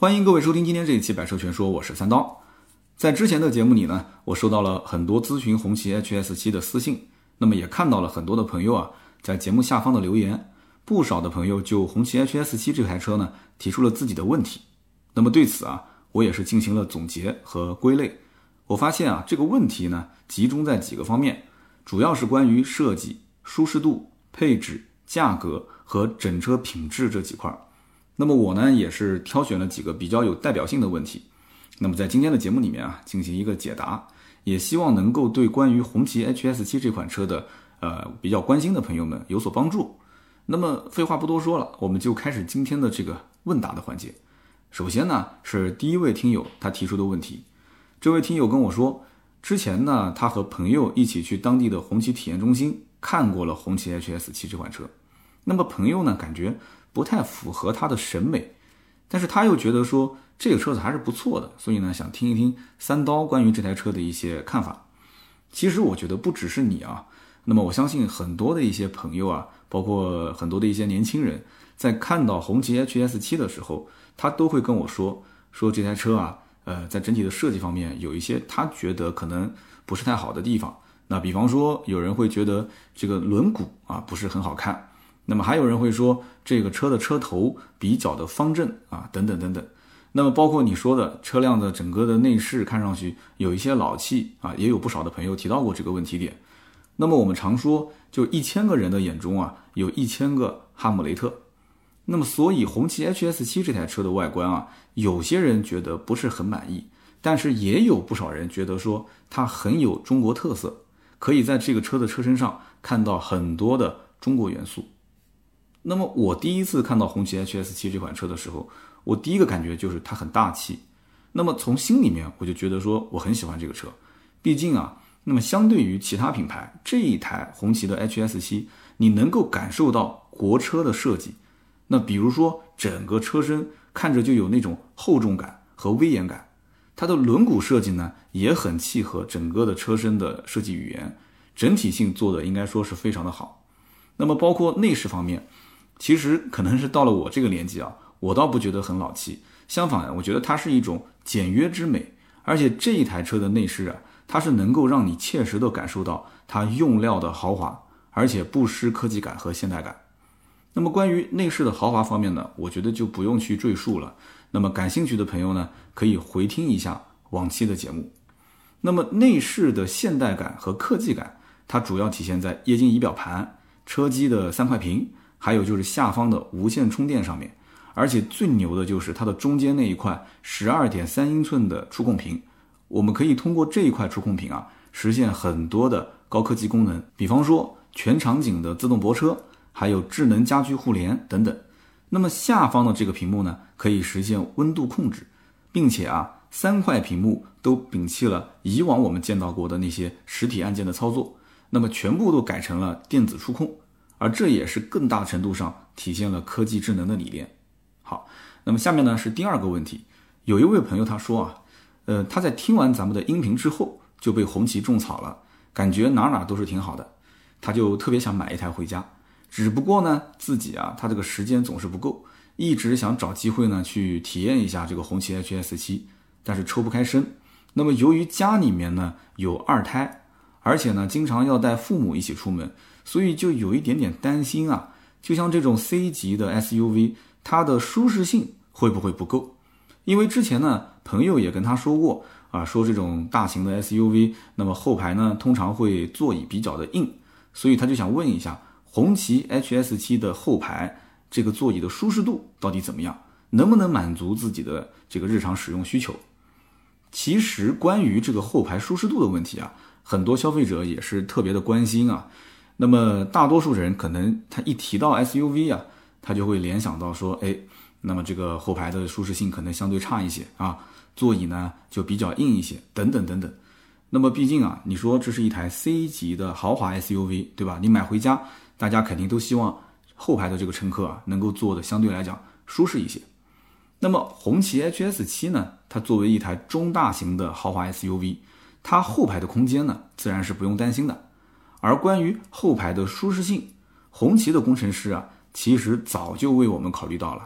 欢迎各位收听今天这一期百车全说，我是三刀。在之前的节目里呢，我收到了很多咨询红旗 HS7 的私信，那么也看到了很多的朋友在节目下方的留言，不少的朋友就红旗 HS7 这台车呢提出了自己的问题。那么对此我也是进行了总结和归类。我发现这个问题呢集中在几个方面，主要是关于设计、舒适度、配置、价格和整车品质这几块。那么我呢也是挑选了几个比较有代表性的问题，那么在今天的节目里面进行一个解答，也希望能够对关于红旗 HS7 这款车的比较关心的朋友们有所帮助。那么废话不多说了，我们就开始今天的这个问答的环节。首先呢是第一位听友他提出的问题，这位听友跟我说，之前呢他和朋友一起去当地的红旗体验中心看过了红旗 HS7 这款车，那么朋友呢感觉不太符合他的审美，但是他又觉得说这个车子还是不错的，所以呢想听一听三刀关于这台车的一些看法。其实我觉得不只是你那么我相信很多的一些朋友包括很多的一些年轻人，在看到红旗 HS7 的时候，他都会跟我说这台车在整体的设计方面有一些他觉得可能不是太好的地方。那比方说有人会觉得这个轮毂不是很好看，那么还有人会说这个车的车头比较的方正等等等等。那么包括你说的车辆的整个的内饰看上去有一些老气也有不少的朋友提到过这个问题点。那么我们常说就1000个人的眼中有1000个哈姆雷特。那么所以红旗 HS7 这台车的外观有些人觉得不是很满意，但是也有不少人觉得说它很有中国特色，可以在这个车的车身上看到很多的中国元素。那么我第一次看到红旗 HS7 这款车的时候，我第一个感觉就是它很大气。那么从心里面我就觉得说我很喜欢这个车，毕竟那么相对于其他品牌，这一台红旗的 HS7 你能够感受到国车的设计。那比如说整个车身看着就有那种厚重感和威严感，它的轮毂设计呢也很契合整个的车身的设计语言，整体性做的应该说是非常的好。那么包括内饰方面，其实可能是到了我这个年纪我倒不觉得很老气，相反我觉得它是一种简约之美。而且这一台车的内饰它是能够让你切实的感受到它用料的豪华，而且不失科技感和现代感。那么关于内饰的豪华方面呢，我觉得就不用去赘述了，那么感兴趣的朋友呢可以回听一下往期的节目。那么内饰的现代感和科技感，它主要体现在液晶仪表盘、车机的3块屏，还有就是下方的无线充电上面。而且最牛的就是它的中间那一块 12.3 英寸的触控屏，我们可以通过这一块触控屏实现很多的高科技功能，比方说全场景的自动泊车，还有智能家居互联等等。那么下方的这个屏幕呢，可以实现温度控制，并且3块屏幕都摒弃了以往我们见到过的那些实体按键的操作，那么全部都改成了电子触控，而这也是更大程度上体现了科技智能的理念。好，那么下面呢是第二个问题，有一位朋友他说他在听完咱们的音频之后就被红旗种草了，感觉哪都是挺好的，他就特别想买一台回家，只不过呢自己他这个时间总是不够，一直想找机会呢去体验一下这个红旗 HS7， 但是抽不开身。那么由于家里面呢有2胎，而且呢经常要带父母一起出门，所以就有一点点担心就像这种 C 级的 SUV， 它的舒适性会不会不够？因为之前呢朋友也跟他说过说这种大型的 SUV， 那么后排呢通常会座椅比较的硬，所以他就想问一下红旗 HS7 的后排这个座椅的舒适度到底怎么样，能不能满足自己的这个日常使用需求。其实关于这个后排舒适度的问题很多消费者也是特别的关心那么大多数人可能他一提到 SUV他就会联想到说那么这个后排的舒适性可能相对差一些座椅呢就比较硬一些等等等等。那么毕竟你说这是一台 C 级的豪华 SUV 对吧，你买回家大家肯定都希望后排的这个乘客能够坐的相对来讲舒适一些。那么红旗 HS7 呢，它作为一台中大型的豪华 SUV， 它后排的空间呢自然是不用担心的。而关于后排的舒适性，红旗的工程师其实早就为我们考虑到了。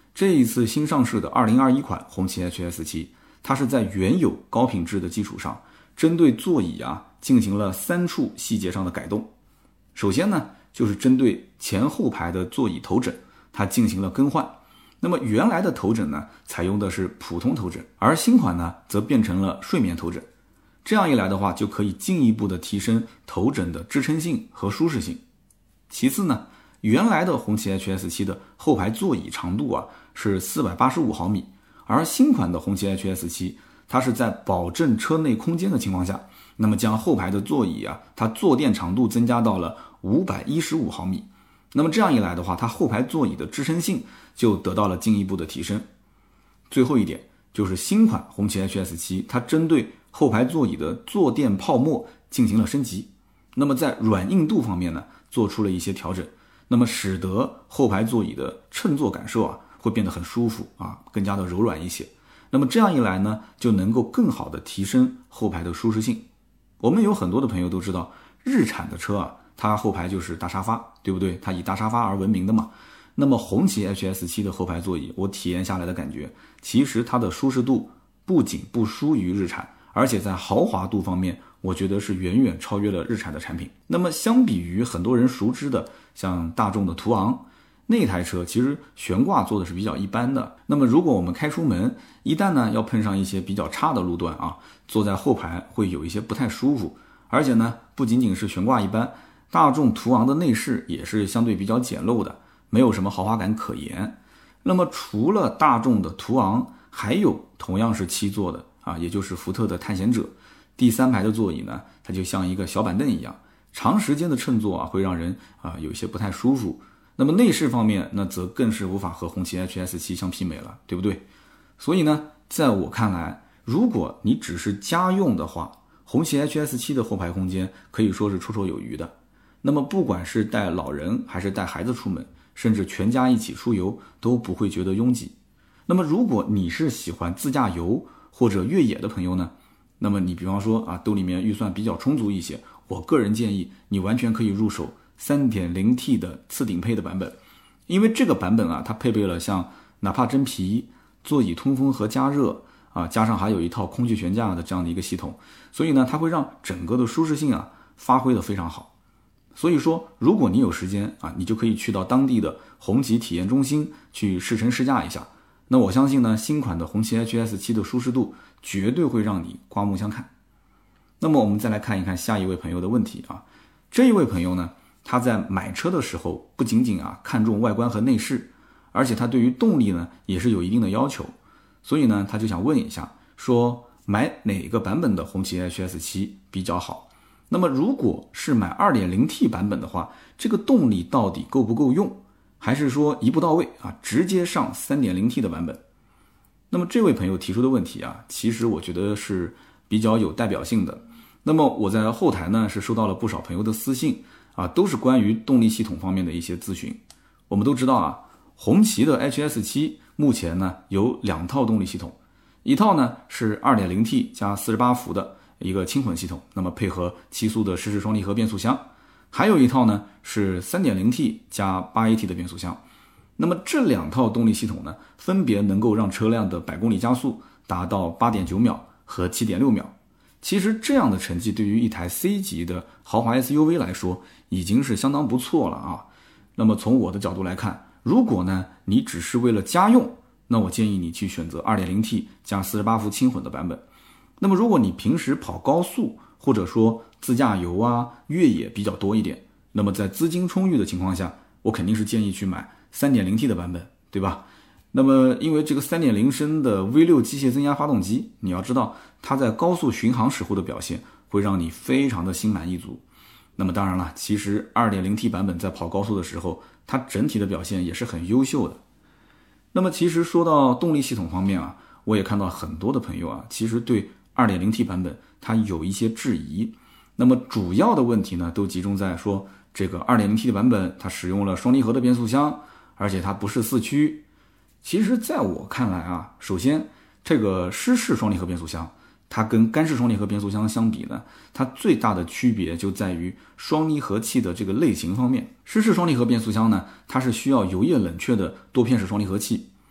这一次新上市的2021款红旗 HS7，它是在原有高品质的基础上，针对座椅进行了3处细节上的改动。首先呢，就是针对前后排的座椅头枕，它进行了更换。那么原来的头枕呢，采用的是普通头枕，而新款呢，则变成了睡眠头枕。这样一来的话，就可以进一步的提升头枕的支撑性和舒适性。其次呢，原来的红旗 HS7 的后排座椅长度是485毫米，而新款的红旗 HS7，它是在保证车内空间的情况下，那么将后排的座椅它坐垫长度增加到了515毫米。那么这样一来的话，它后排座椅的支撑性就得到了进一步的提升。最后一点就是新款红旗 HS7，它针对后排座椅的坐垫泡沫进行了升级。那么在软硬度方面呢，做出了一些调整，那么使得后排座椅的乘坐感受会变得很舒服更加的柔软一些。那么这样一来呢，就能够更好的提升后排的舒适性。我们有很多的朋友都知道，日产的车它后排就是大沙发，对不对？它以大沙发而闻名的嘛。那么红旗 HS7 的后排座椅，我体验下来的感觉，其实它的舒适度不仅不输于日产，而且在豪华度方面，我觉得是远远超越了日产的产品。那么相比于很多人熟知的像大众的途昂，那台车其实悬挂做的是比较一般的。那么如果我们开出门，一旦呢要碰上一些比较差的路段坐在后排会有一些不太舒服。而且呢，不仅仅是悬挂一般，大众途昂的内饰也是相对比较简陋的，没有什么豪华感可言。那么除了大众的途昂，还有同样是7座的也就是福特的探险者。第3排的座椅呢，它就像一个小板凳一样，长时间的乘坐会让人有一些不太舒服。那么内饰方面，那则更是无法和红旗 HS7 相媲美了，对不对？所以呢，在我看来，如果你只是家用的话，红旗 HS7 的后排空间可以说是绰绰有余的。那么不管是带老人还是带孩子出门，甚至全家一起出游，都不会觉得拥挤。那么如果你是喜欢自驾游或者越野的朋友呢，那么你比方说兜里面预算比较充足一些，我个人建议你完全可以入手 3.0T 的次顶配的版本。因为这个版本它配备了像哪怕真皮、座椅通风和加热加上还有一套空气悬架的这样的一个系统，所以呢，它会让整个的舒适性发挥得非常好。所以说，如果你有时间你就可以去到当地的红旗体验中心去试乘试驾一下。那我相信呢，新款的红旗 HS7 的舒适度绝对会让你刮目相看。那么我们再来看一看下一位朋友的问题这一位朋友呢，他在买车的时候不仅仅看重外观和内饰，而且他对于动力呢也是有一定的要求。所以呢，他就想问一下，说买哪个版本的红旗 HS7 比较好？那么如果是买 2.0T 版本的话，这个动力到底够不够用？还是说一步到位直接上 3.0T 的版本？那么这位朋友提出的问题其实我觉得是比较有代表性的。那么我在后台呢是收到了不少朋友的私信都是关于动力系统方面的一些咨询。我们都知道红旗的 HS7 目前呢有2套动力系统，一套呢是 2.0T 加48伏的一个轻混系统，那么配合7速的湿式双离合变速箱，还有一套呢是 3.0T 加 8AT 的变速箱。那么这2套动力系统呢，分别能够让车辆的百公里加速达到 8.9 秒和 7.6 秒。其实这样的成绩对于一台 C 级的豪华 SUV 来说已经是相当不错了那么从我的角度来看，如果呢你只是为了家用，那我建议你去选择 2.0T 加48伏轻混的版本。那么如果你平时跑高速或者说自驾游越野比较多一点，那么在资金充裕的情况下，我肯定是建议去买 3.0T 的版本，对吧？那么因为这个 3.0 升的 V6 机械增压发动机，你要知道它在高速巡航时候的表现会让你非常的心满意足。那么当然了，其实 2.0T 版本在跑高速的时候，它整体的表现也是很优秀的。那么其实说到动力系统方面我也看到很多的朋友其实对 2.0T 版本它有一些质疑。那么主要的问题呢，都集中在说这个 2.0T 的版本它使用了双离合的变速箱，而且它不是4驱。其实在我看来首先这个湿式双离合变速箱它跟干式双离合变速箱相比呢，它最大的区别就在于双离合器的这个类型方面。湿式双离合变速箱呢，它是需要油液冷却的多片式双离合器。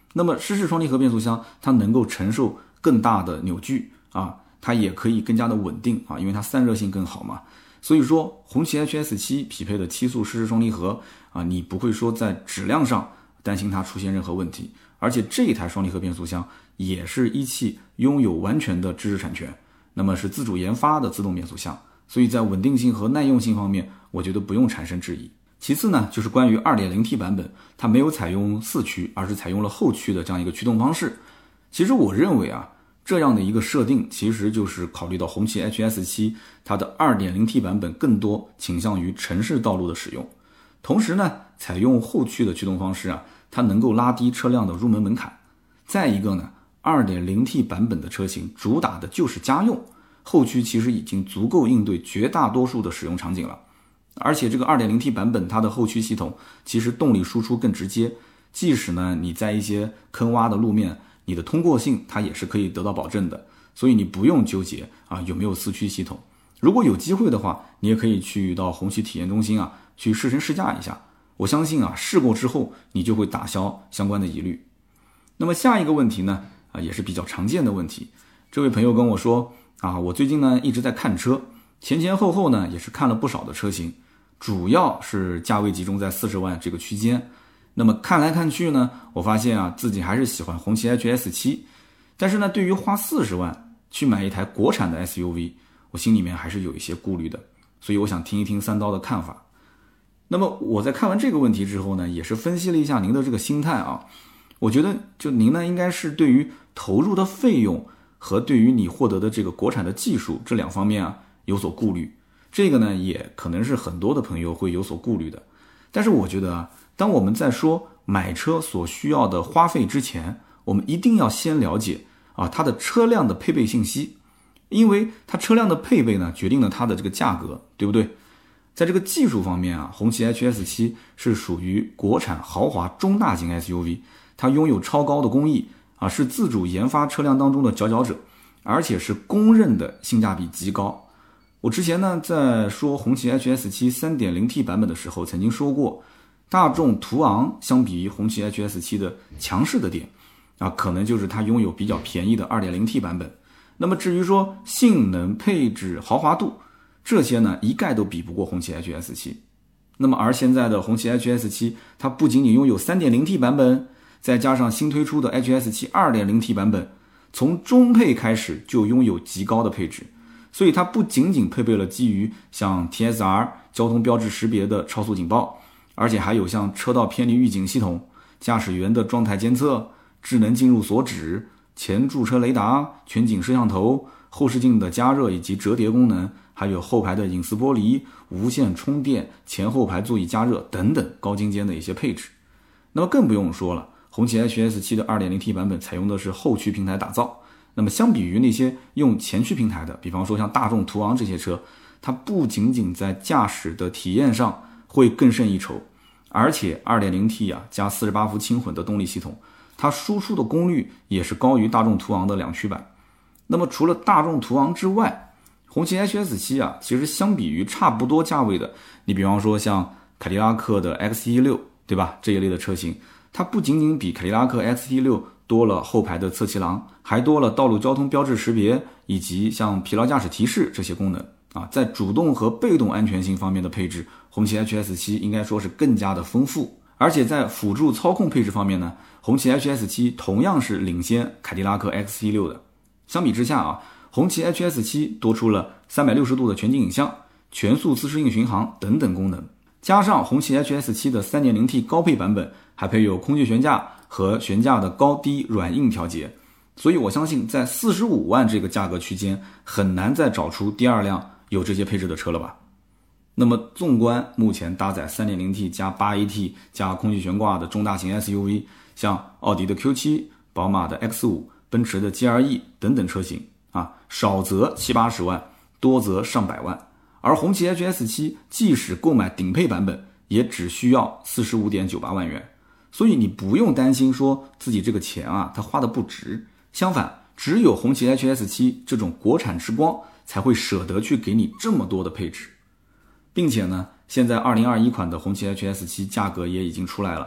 那么湿式双离合变速箱它能够承受更大的扭矩啊，它也可以更加的稳定啊，因为它散热性更好嘛。所以说红旗 HS7 匹配的7速湿式双离合啊，你不会说在质量上担心它出现任何问题。而且这一台双离合变速箱也是一汽拥有完全的知识产权，那么是自主研发的自动变速箱，所以在稳定性和耐用性方面我觉得不用产生质疑。其次呢，就是关于 2.0T 版本，它没有采用4驱，而是采用了后驱的这样一个驱动方式。其实我认为啊，这样的一个设定其实就是考虑到红旗 HS7 它的 2.0T 版本更多倾向于城市道路的使用，同时呢，采用后驱的驱动方式啊，它能够拉低车辆的入门门槛。再一个呢， 2.0T 版本的车型主打的就是家用，后驱其实已经足够应对绝大多数的使用场景了。而且这个 2.0T 版本它的后驱系统其实动力输出更直接，即使呢你在一些坑洼的路面，你的通过性它也是可以得到保证的，所以你不用纠结啊有没有4驱系统。如果有机会的话，你也可以去到红旗体验中心啊去试乘试驾一下，我相信啊试过之后你就会打消相关的疑虑。那么下一个问题呢也是比较常见的问题，这位朋友跟我说我最近呢一直在看车，前后呢也是看了不少的车型，主要是价位集中在40万这个区间。那么看来看去呢，我发现自己还是喜欢红旗 HS7， 但是呢对于花40万去买一台国产的 SUV， 我心里面还是有一些顾虑的，所以我想听一听三刀的看法。那么我在看完这个问题之后呢，也是分析了一下您的这个心态啊，我觉得就您呢应该是对于投入的费用和对于你获得的这个国产的技术这两方面有所顾虑，这个呢也可能是很多的朋友会有所顾虑的。但是我觉得当我们在说买车所需要的花费之前，我们一定要先了解它的车辆的配备信息，因为它车辆的配备呢决定了它的这个价格，对不对？在这个技术方面红旗 HS7 是属于国产豪华中大型 SUV， 它拥有超高的工艺是自主研发车辆当中的佼佼者，而且是公认的性价比极高。我之前呢在说红旗 HS7 3.0T 版本的时候曾经说过，大众途昂相比于红旗 HS7 的强势的点可能就是它拥有比较便宜的 2.0T 版本。那么至于说性能、配置、豪华度这些呢一概都比不过红旗 HS7。 那么而现在的红旗 HS7 它不仅仅拥有 3.0T 版本，再加上新推出的 HS7 2.0T 版本，从中配开始就拥有极高的配置，所以它不仅仅配备了基于像 TSR 交通标志识别的超速警报，而且还有像车道偏离预警系统、驾驶员的状态监测、智能进入锁止、前驻车雷达、全景摄像头、后视镜的加热以及折叠功能，还有后排的隐私玻璃、无线充电、前后排座椅加热等等高精尖的一些配置。那么更不用说了，红旗 HS7 的 2.0T 版本采用的是后驱平台打造，那么相比于那些用前驱平台的，比方说像大众途昂这些车，它不仅仅在驾驶的体验上会更胜一筹，而且 2.0T 加48伏轻混的动力系统，它输出的功率也是高于大众途昂的两驱版。那么除了大众途昂之外，红旗 HS7 其实相比于差不多价位的，你比方说像凯迪拉克的 XT6 对吧，这一类的车型，它不仅仅比凯迪拉克 XT6 多了后排的侧气囊，还多了道路交通标志识别以及像疲劳驾驶提示这些功能在主动和被动安全性方面的配置，红旗 HS7 应该说是更加的丰富。而且在辅助操控配置方面呢，红旗 HS7 同样是领先凯迪拉克 XT6 的。相比之下红旗 HS7 多出了360度的全景影像、全速自适应巡航等等功能，加上红旗 HS7 的 3.0T 高配版本还配有空气悬架和悬架的高低软硬调节，所以我相信在45万这个价格区间很难再找出第二辆有这些配置的车了吧。那么纵观目前搭载 3.0T 加 8AT 加空气悬挂的中大型 SUV， 像奥迪的 Q7、宝马的 X5、奔驰的 GLE 等等车型少则70-80万，多则上百万。而红旗 HS7 即使购买顶配版本也只需要 45.98 万元，所以你不用担心说自己这个钱它花的不值，相反，只有红旗 HS7 这种国产之光才会舍得去给你这么多的配置。并且呢，现在2021款的红旗 HS7 价格也已经出来了，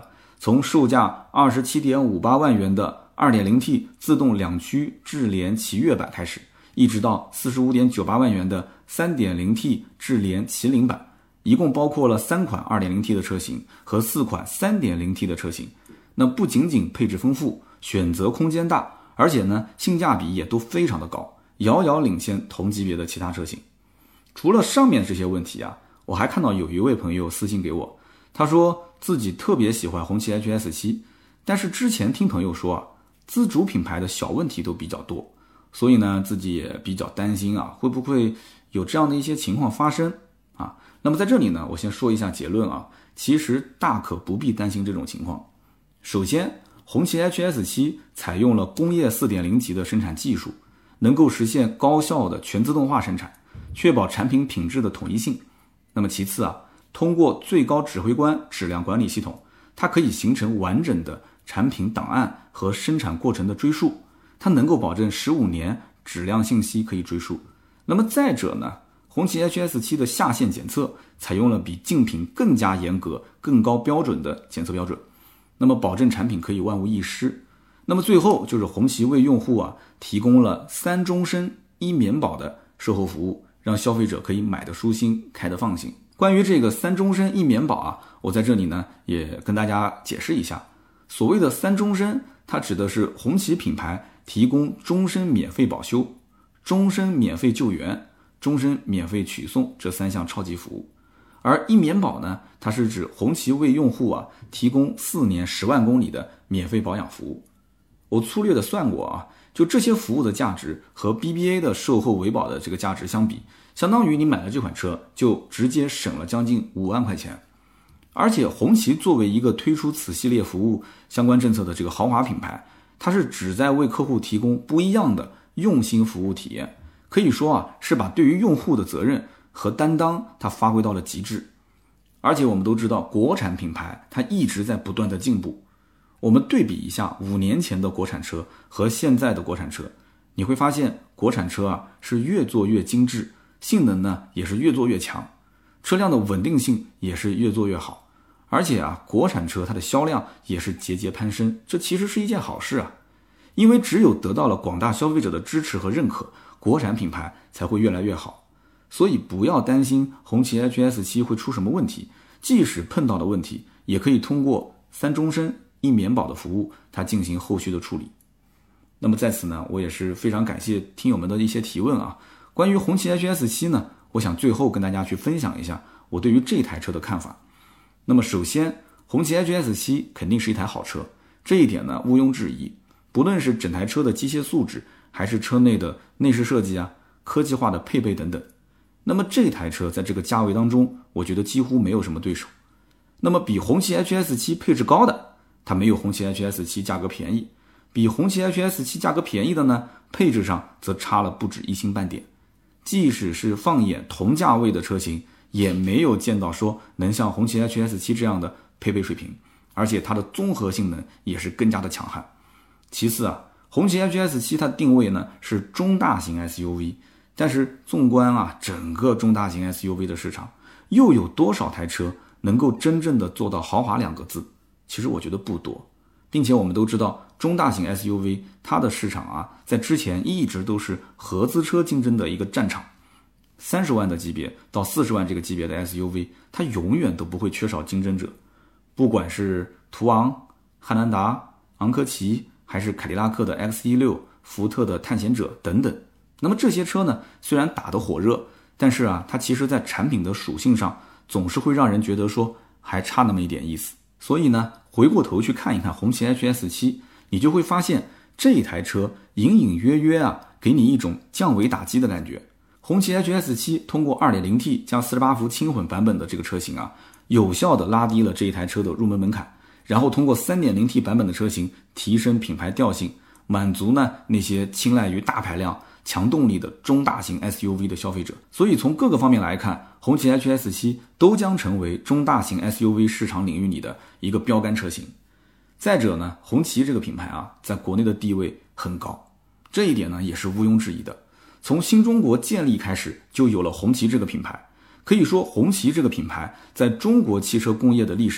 从售价 27.58 万元的 2.0T 自动两驱智联奇越版开始，一直到 45.98 万元的 3.0T 智联麒麟版，一共包括了3款 2.0T 的车型和4款 3.0T 的车型。那不仅仅配置丰富，选择空间大，而且呢性价比也都非常的高，遥遥领先同级别的其他车型。除了上面这些问题啊，我还看到有一位朋友私信给我，他说自己特别喜欢红旗 HS7， 但是之前听朋友说啊，自主品牌的小问题都比较多，所以呢自己也比较担心啊，会不会有这样的一些情况发生啊？那么在这里呢，我先说一下结论啊，其实大可不必担心这种情况。首先，红旗 HS7 采用了工业 4.0 级的生产技术，能够实现高效的全自动化生产，确保产品品质的统一性。那么其次啊，通过最高指挥官质量管理系统，它可以形成完整的产品档案和生产过程的追溯，它能够保证15年质量信息可以追溯。那么再者呢，红旗 HS7 的下线检测采用了比竞品更加严格、更高标准的检测标准，那么保证产品可以万无一失。那么最后就是红旗为用户啊提供了3终身1免保的售后服务，让消费者可以买得舒心，开得放心。关于这个3终身1免保啊，我在这里呢也跟大家解释一下。所谓的3终身，它指的是红旗品牌提供终身免费保修、终身免费救援、终身免费取送这3项超级服务。而1免保呢，它是指红旗为用户啊提供4年10万公里的免费保养服务。我粗略的算过啊，就这些服务的价值和 BBA 的售后维保的这个价值相比，相当于你买了这款车就直接省了将近5万块钱。而且红旗作为一个推出此系列服务相关政策的这个豪华品牌，它是旨在为客户提供不一样的用心服务体验，可以说啊是把对于用户的责任和担当它发挥到了极致。而且我们都知道，国产品牌它一直在不断的进步。我们对比一下5年前的国产车和现在的国产车，你会发现国产车啊是越做越精致，性能呢也是越做越强，车辆的稳定性也是越做越好。而且啊，国产车它的销量也是节节攀升，这其实是一件好事啊。因为只有得到了广大消费者的支持和认可，国产品牌才会越来越好。所以不要担心红旗 HS7 会出什么问题，即使碰到的问题，也可以通过3终身1免保的服务，它进行后续的处理。那么在此呢，我也是非常感谢听友们的一些提问啊。关于红旗 HS7 呢，我想最后跟大家去分享一下我对于这台车的看法。那么首先，红旗 HS7 肯定是一台好车，这一点呢毋庸置疑。不论是整台车的机械素质，还是车内的内饰设计啊、科技化的配备等等，那么这台车在这个价位当中，我觉得几乎没有什么对手。那么比红旗 HS7 配置高的，它没有红旗 HS7 价格便宜；比红旗 HS7 价格便宜的呢，配置上则差了不止1星半点。即使是放眼同价位的车型，也没有见到说能像红旗 HS7 这样的配备水平，而且它的综合性能也是更加的强悍。其次啊，红旗 HS7 它定位呢是中大型 SUV， 但是纵观啊整个中大型 SUV 的市场，又有多少台车能够真正的做到豪华2个字？其实我觉得不多，并且我们都知道中大型 SUV 它的市场啊，在之前一直都是合资车竞争的一个战场。30万的级别到40万这个级别的 SUV， 它永远都不会缺少竞争者，不管是途昂、汉兰达、昂科旗，还是凯迪拉克的 X16、福特的探险者等等。那么这些车呢，虽然打得火热，但是啊，它其实在产品的属性上总是会让人觉得说还差那么一点意思。所以呢，回过头去看一看红旗 HS7， 你就会发现这一台车隐隐约约啊，给你一种降维打击的感觉。红旗 HS7 通过 2.0T 加48伏轻混版本的这个车型啊，有效的拉低了这一台车的入门门槛，然后通过 3.0T 版本的车型提升品牌调性，满足呢那些青睐于大排量、强动力的中大型 SUV 的消费者。所以从各个方面来看，红旗 HS7 都将成为中大型 SUV 市场领域里的一个标杆车型。再者呢，红旗这个品牌啊，在国内的地位很高，这一点呢也是毋庸置疑的。从新中国建立开始，就有了红旗这个品牌。可以说，红旗这个品牌在中国汽车工业的历史上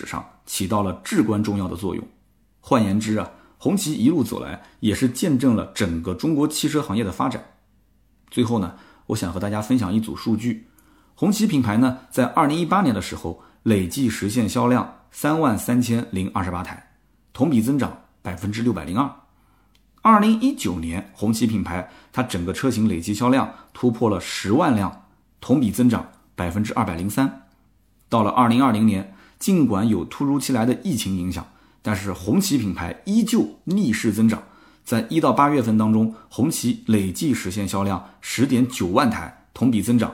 起到了至关重要的作用。换言之啊，红旗一路走来也是见证了整个中国汽车行业的发展。最后呢，我想和大家分享一组数据。红旗品牌呢，在2018年的时候累计实现销量33028台，同比增长602%。2019年，红旗品牌它整个车型累计销量突破了10万辆，同比增长203%。到了2020年，尽管有突如其来的疫情影响，但是红旗品牌依旧逆势增长。在1到8月份当中，红旗累计实现销量10.9万台，同比增长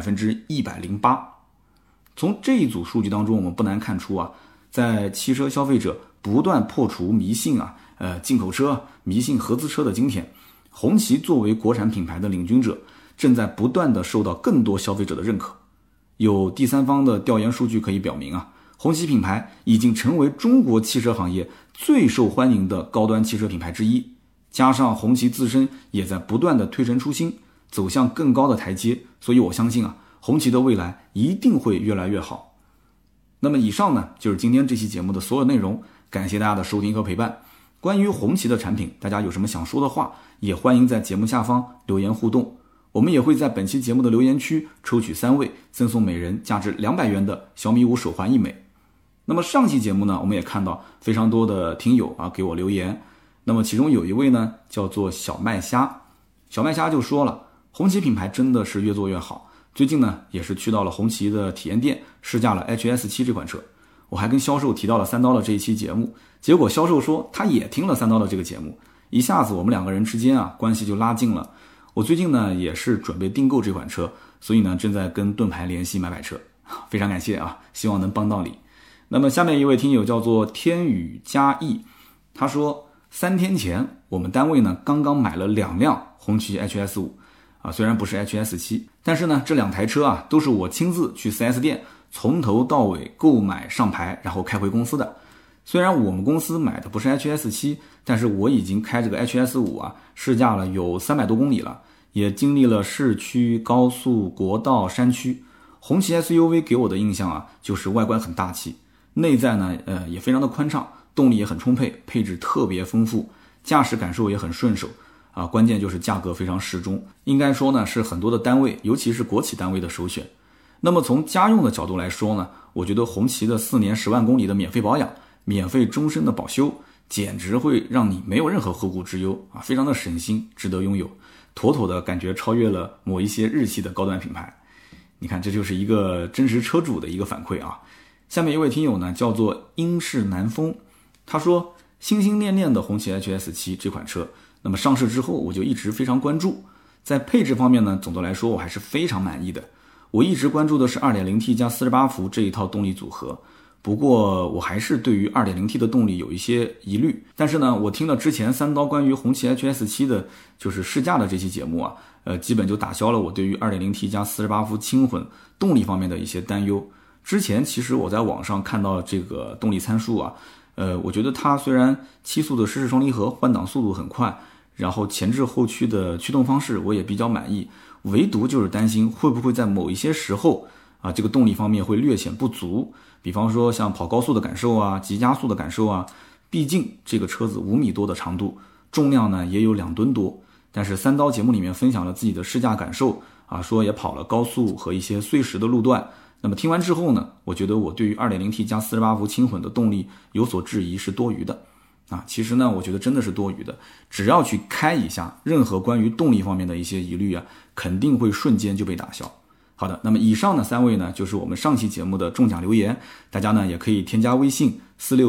108%。从这一组数据当中，我们不难看出啊，在汽车消费者不断破除迷信进口车、迷信合资车的今天，红旗作为国产品牌的领军者，正在不断的受到更多消费者的认可。有第三方的调研数据可以表明啊，红旗品牌已经成为中国汽车行业最受欢迎的高端汽车品牌之一。加上红旗自身也在不断的推陈出新，走向更高的台阶，所以我相信啊，红旗的未来一定会越来越好。那么以上呢，就是今天这期节目的所有内容，感谢大家的收听和陪伴。关于红旗的产品，大家有什么想说的话，也欢迎在节目下方留言互动。我们也会在本期节目的留言区抽取3位，赠送每人价值200元的小米5手环1枚。那么上期节目呢，我们也看到非常多的听友给我留言。那么其中有一位呢，叫做小麦虾，小麦虾就说了，红旗品牌真的是越做越好。最近呢，也是去到了红旗的体验店，试驾了 HS7 这款车。我还跟销售提到了三刀的这一期节目，结果销售说他也听了三刀的这个节目，一下子我们两个人之间关系就拉近了。我最近呢也是准备订购这款车，所以呢正在跟盾牌联系买车，非常感谢希望能帮到你。那么下面一位听友叫做天宇嘉义，他说3天前我们单位呢刚刚买了2辆红旗 HS5 虽然不是 HS7， 但是呢这2台车都是我亲自去 4S 店从头到尾购买上牌，然后开回公司的。虽然我们公司买的不是 HS7， 但是我已经开这个 HS5 试驾了有300多公里了，也经历了市区、高速、国道、山区。红旗 SUV 给我的印象就是外观很大气，内在呢也非常的宽敞，动力也很充沛，配置特别丰富，驾驶感受也很顺手关键就是价格非常适中，应该说呢是很多的单位，尤其是国企单位的首选。那么从家用的角度来说呢，我觉得红旗的4年10万公里的免费保养、免费终身的保修，简直会让你没有任何后顾之忧非常的省心，值得拥有，妥妥的感觉超越了某一些日系的高端品牌。你看，这就是一个真实车主的一个反馈下面一位听友呢叫做英式南风，他说心心念念的红旗 HS7 这款车，那么上市之后我就一直非常关注，在配置方面呢，总的来说我还是非常满意的。我一直关注的是 2.0T 加48伏这一套动力组合，不过我还是对于 2.0T 的动力有一些疑虑。但是呢，我听了之前三刀关于红旗 HS7 的就是试驾的这期节目基本就打消了我对于 2.0T 加48伏轻混动力方面的一些担忧。之前其实我在网上看到这个动力参数我觉得它虽然7速的湿式双离合换挡速度很快，然后前置后驱的驱动方式我也比较满意，唯独就是担心会不会在某一些时候这个动力方面会略显不足，比方说像跑高速的感受急加速的感受毕竟这个车子5米多的长度，重量呢也有2吨多。但是三刀节目里面分享了自己的试驾感受说也跑了高速和一些碎石的路段。那么听完之后呢，我觉得我对于 2.0T 加48伏轻混的动力有所质疑是多余的其实呢我觉得真的是多余的，只要去开一下，任何关于动力方面的一些疑虑肯定会瞬间就被打消。好的，那么以上的3位呢就是我们上期节目的中奖留言，大家呢也可以添加微信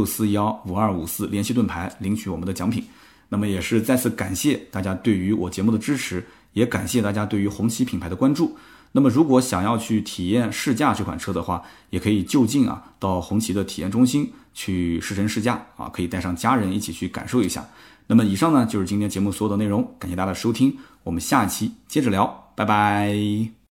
46415254联系盾牌领取我们的奖品。那么也是再次感谢大家对于我节目的支持，也感谢大家对于红旗品牌的关注。那么如果想要去体验试驾这款车的话，也可以就近到红旗的体验中心去试乘试驾可以带上家人一起去感受一下。那么以上呢就是今天节目所有的内容，感谢大家的收听，我们下期接着聊，拜拜。